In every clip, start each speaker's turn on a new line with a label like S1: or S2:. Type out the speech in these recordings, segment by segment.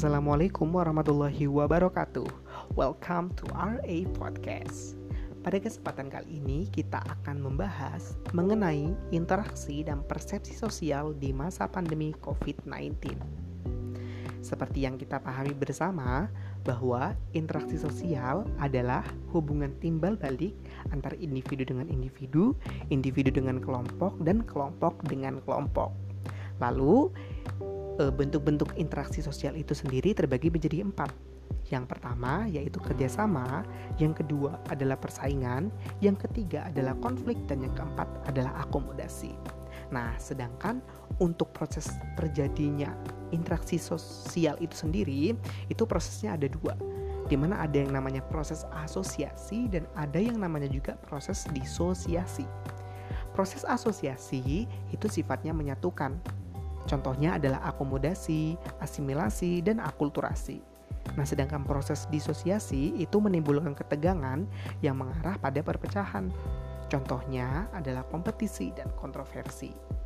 S1: Assalamualaikum warahmatullahi wabarakatuh. Welcome to RA Podcast. Pada kesempatan kali ini kita akan membahas mengenai interaksi dan persepsi sosial di masa pandemi COVID-19. Seperti yang kita pahami bersama bahwa interaksi sosial adalah hubungan timbal balik antara individu dengan individu, individu dengan kelompok, dan kelompok dengan kelompok. Lalu bentuk-bentuk interaksi sosial itu sendiri terbagi menjadi 4. Yang pertama yaitu kerjasama, yang kedua adalah persaingan, yang ketiga adalah konflik, dan yang keempat adalah akomodasi. Nah, sedangkan untuk proses terjadinya interaksi sosial itu sendiri, itu prosesnya ada 2, di mana ada yang namanya proses asosiasi dan ada yang namanya juga proses disosiasi. Proses asosiasi itu sifatnya menyatukan. Contohnya adalah akomodasi, asimilasi, dan akulturasi. Nah, sedangkan proses disosiasi itu menimbulkan ketegangan yang mengarah pada perpecahan. Contohnya adalah kompetisi dan kontroversi.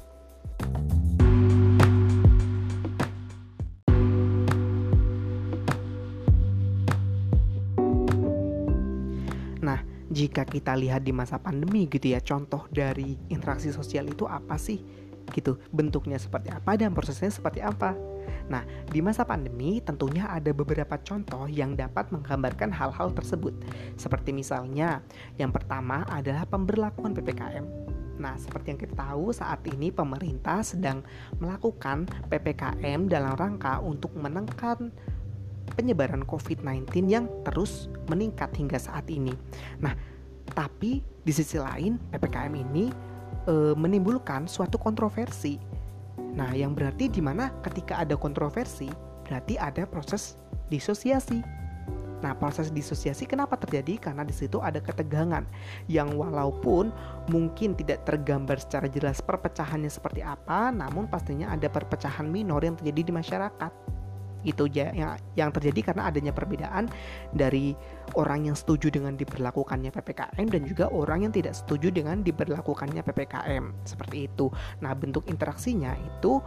S1: Nah, jika kita lihat di masa pandemi gitu ya, contoh dari interaksi sosial itu apa sih? Gitu, bentuknya seperti apa dan prosesnya seperti apa. Nah, di masa pandemi tentunya ada beberapa contoh yang dapat menggambarkan hal-hal tersebut. Seperti misalnya, yang pertama adalah pemberlakuan PPKM. Nah, seperti yang kita tahu saat ini pemerintah sedang melakukan PPKM dalam rangka untuk menekan penyebaran COVID-19 yang terus meningkat hingga saat ini. Nah, tapi di sisi lain PPKM ini menimbulkan suatu kontroversi. Nah, yang berarti di mana ketika ada kontroversi, berarti ada proses disosiasi. Nah, proses disosiasi kenapa terjadi? Karena di situ ada ketegangan yang walaupun mungkin tidak tergambar secara jelas perpecahannya seperti apa, namun pastinya ada perpecahan minor yang terjadi di masyarakat. Itu yang terjadi karena adanya perbedaan dari orang yang setuju dengan diberlakukannya PPKM dan juga orang yang tidak setuju dengan diberlakukannya PPKM. Seperti itu. Nah, bentuk interaksinya itu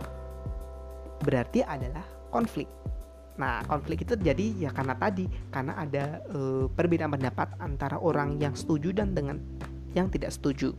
S1: berarti adalah konflik. Nah, konflik itu terjadi ya karena ada perbedaan pendapat antara orang yang setuju dan dengan yang tidak setuju.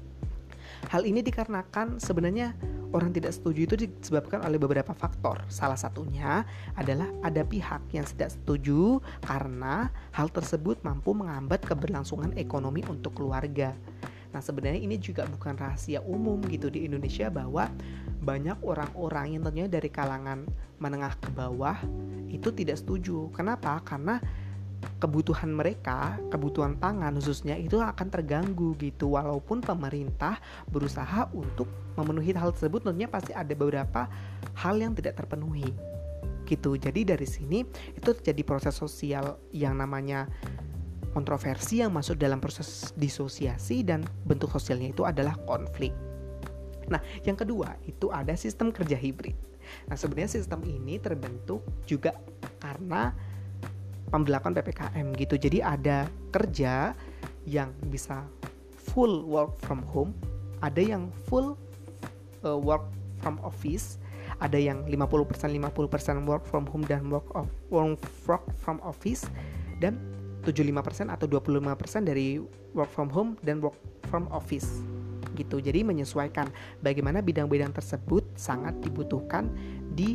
S1: Hal ini dikarenakan sebenarnya orang tidak setuju itu disebabkan oleh beberapa faktor. Salah satunya adalah ada pihak yang tidak setuju karena hal tersebut mampu menghambat keberlangsungan ekonomi untuk keluarga. Nah, sebenarnya ini juga bukan rahasia umum gitu di Indonesia bahwa banyak orang-orang yang tentunya dari kalangan menengah ke bawah itu tidak setuju. Kenapa? Karena kebutuhan mereka, kebutuhan pangan khususnya itu akan terganggu gitu. Walaupun pemerintah berusaha untuk memenuhi hal tersebut, tentunya pasti ada beberapa hal yang tidak terpenuhi gitu. Jadi dari sini itu terjadi proses sosial yang namanya kontroversi yang masuk dalam proses disosiasi dan bentuk sosialnya itu adalah konflik. Nah, yang kedua itu ada sistem kerja hibrid. Nah, sebenarnya sistem ini terbentuk juga karena pemberlakuan PPKM gitu. Jadi ada kerja yang bisa full work from home, ada yang full work from office, ada yang 50% work from home dan work from office, dan 75% atau 25% dari work from home dan work from office gitu. Jadi menyesuaikan bagaimana bidang-bidang tersebut sangat dibutuhkan di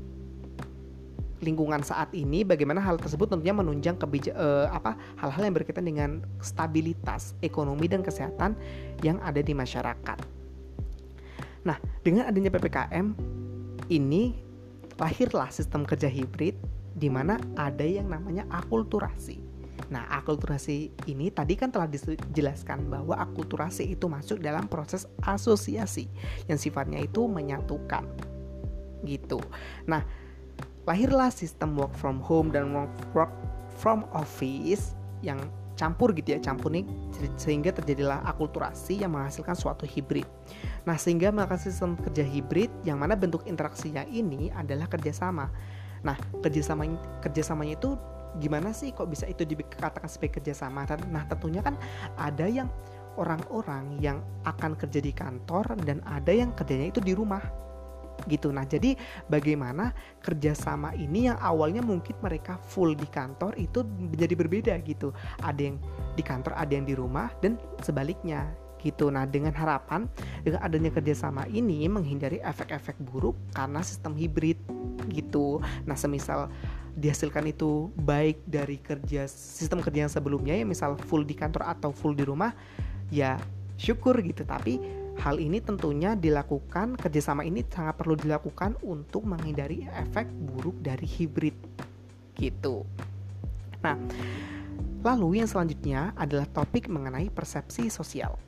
S1: lingkungan saat ini, bagaimana hal tersebut tentunya menunjang hal-hal yang berkaitan dengan stabilitas ekonomi dan kesehatan yang ada di masyarakat. Nah, dengan adanya PPKM ini lahirlah sistem kerja hibrid di mana ada yang namanya akulturasi. Nah, akulturasi ini tadi kan telah dijelaskan bahwa akulturasi itu masuk dalam proses asosiasi yang sifatnya itu menyatukan gitu. Nah, lahirlah sistem work from home dan work from office yang campur nih, sehingga terjadilah akulturasi yang menghasilkan suatu hibrid. Nah, sehingga melakukan sistem kerja hibrid yang mana bentuk interaksinya ini adalah kerjasama. Nah, kerjasamanya itu gimana sih kok bisa itu dikatakan sebagai kerjasama? Nah, tentunya kan ada yang orang-orang yang akan kerja di kantor dan ada yang kerjanya itu di rumah. gitu. Nah, jadi bagaimana kerjasama ini yang awalnya mungkin mereka full di kantor itu menjadi berbeda gitu. Ada yang di kantor, ada yang di rumah, dan sebaliknya gitu. Nah, dengan harapan dengan adanya kerjasama ini menghindari efek-efek buruk karena sistem hibrid gitu. Nah, semisal dihasilkan itu baik dari sistem kerja yang sebelumnya ya, misal full di kantor atau full di rumah, ya syukur gitu. Tapi hal ini tentunya dilakukan, kerjasama ini sangat perlu dilakukan untuk menghindari efek buruk dari hibrid gitu. Nah, lalu yang selanjutnya adalah topik mengenai persepsi sosial.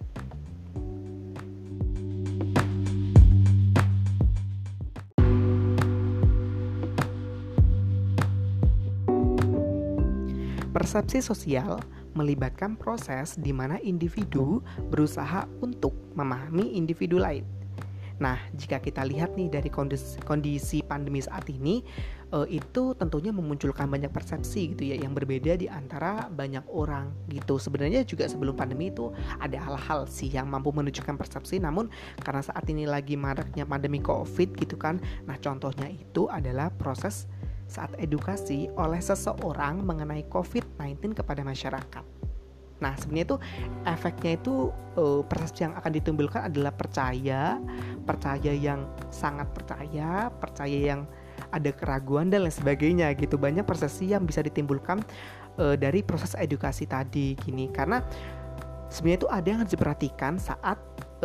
S1: Persepsi sosial melibatkan proses di mana individu berusaha untuk memahami individu lain. Nah, jika kita lihat nih dari kondisi pandemi saat ini, itu tentunya memunculkan banyak persepsi gitu ya, yang berbeda di antara banyak orang gitu. Sebenarnya juga sebelum pandemi itu ada hal-hal sih yang mampu menunjukkan persepsi, namun karena saat ini lagi maraknya pandemi COVID gitu kan. Nah, contohnya itu adalah proses saat edukasi oleh seseorang mengenai COVID-19 kepada masyarakat. Nah, sebenarnya itu efeknya itu persepsi yang akan ditimbulkan adalah percaya yang sangat percaya yang ada keraguan dan lain sebagainya gitu. Banyak persepsi yang bisa ditimbulkan dari proses edukasi tadi gini. Karena sebenarnya itu ada yang harus diperhatikan saat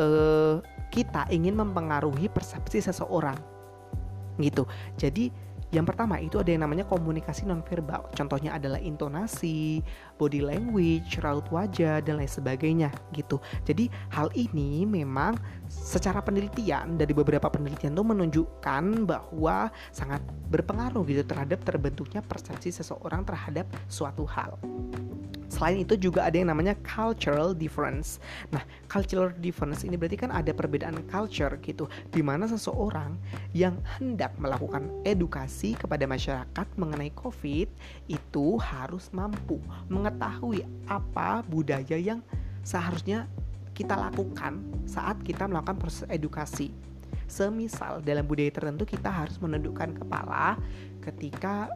S1: kita ingin mempengaruhi persepsi seseorang gitu. Jadi yang pertama itu ada yang namanya komunikasi nonverbal. Contohnya adalah intonasi, body language, raut wajah, dan lain sebagainya gitu. Jadi hal ini memang secara penelitian, dari beberapa penelitian itu menunjukkan bahwa sangat berpengaruh gitu terhadap terbentuknya persepsi seseorang terhadap suatu hal. Selain itu juga ada yang namanya cultural difference. Nah, cultural difference ini berarti kan ada perbedaan culture gitu, di mana seseorang yang hendak melakukan edukasi kepada masyarakat mengenai COVID itu harus mampu mengetahui apa budaya yang seharusnya kita lakukan saat kita melakukan proses edukasi. Semisal dalam budaya tertentu kita harus menundukkan kepala ketika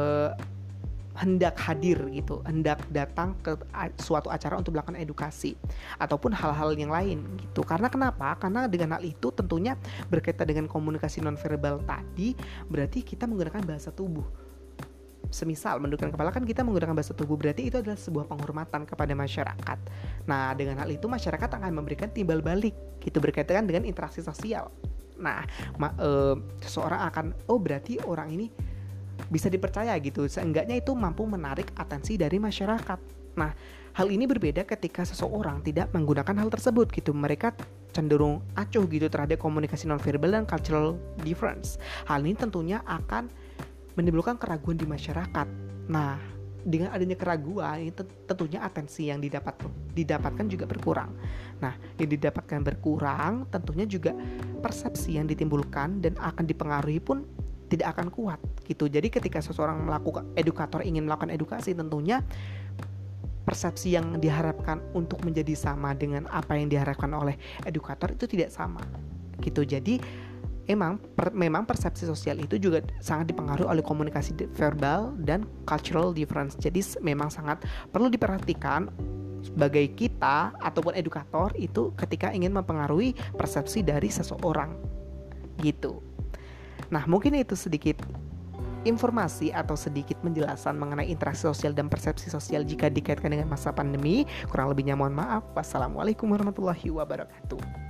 S1: hendak hadir gitu, hendak datang ke suatu acara untuk melakukan edukasi ataupun hal-hal yang lain gitu. Karena kenapa? Karena dengan hal itu tentunya berkaitan dengan komunikasi nonverbal tadi, berarti kita menggunakan bahasa tubuh. Semisal menundukkan kepala kan kita menggunakan bahasa tubuh, berarti itu adalah sebuah penghormatan kepada masyarakat. Nah, dengan hal itu masyarakat akan memberikan timbal balik gitu, berkaitan dengan interaksi sosial. Nah, seseorang akan, oh berarti orang ini bisa dipercaya gitu, seenggaknya itu mampu menarik atensi dari masyarakat. Nah, hal ini berbeda ketika seseorang tidak menggunakan hal tersebut gitu. Mereka cenderung acuh gitu terhadap komunikasi nonverbal dan cultural difference. Hal ini tentunya akan menimbulkan keraguan di masyarakat. Nah, dengan adanya keraguan ini tentunya atensi yang didapatkan juga berkurang. Nah, yang didapatkan berkurang tentunya juga persepsi yang ditimbulkan dan akan dipengaruhi pun tidak akan kuat gitu. Jadi ketika seseorang edukator ingin melakukan edukasi, tentunya persepsi yang diharapkan untuk menjadi sama dengan apa yang diharapkan oleh edukator itu tidak sama gitu. Jadi memang persepsi sosial itu juga sangat dipengaruhi oleh komunikasi verbal dan cultural difference. Jadi memang sangat perlu diperhatikan sebagai kita ataupun edukator itu ketika ingin mempengaruhi persepsi dari seseorang gitu. Nah, mungkin itu sedikit informasi atau sedikit penjelasan mengenai interaksi sosial dan persepsi sosial jika dikaitkan dengan masa pandemi. Kurang lebihnya mohon maaf. Wassalamualaikum warahmatullahi wabarakatuh.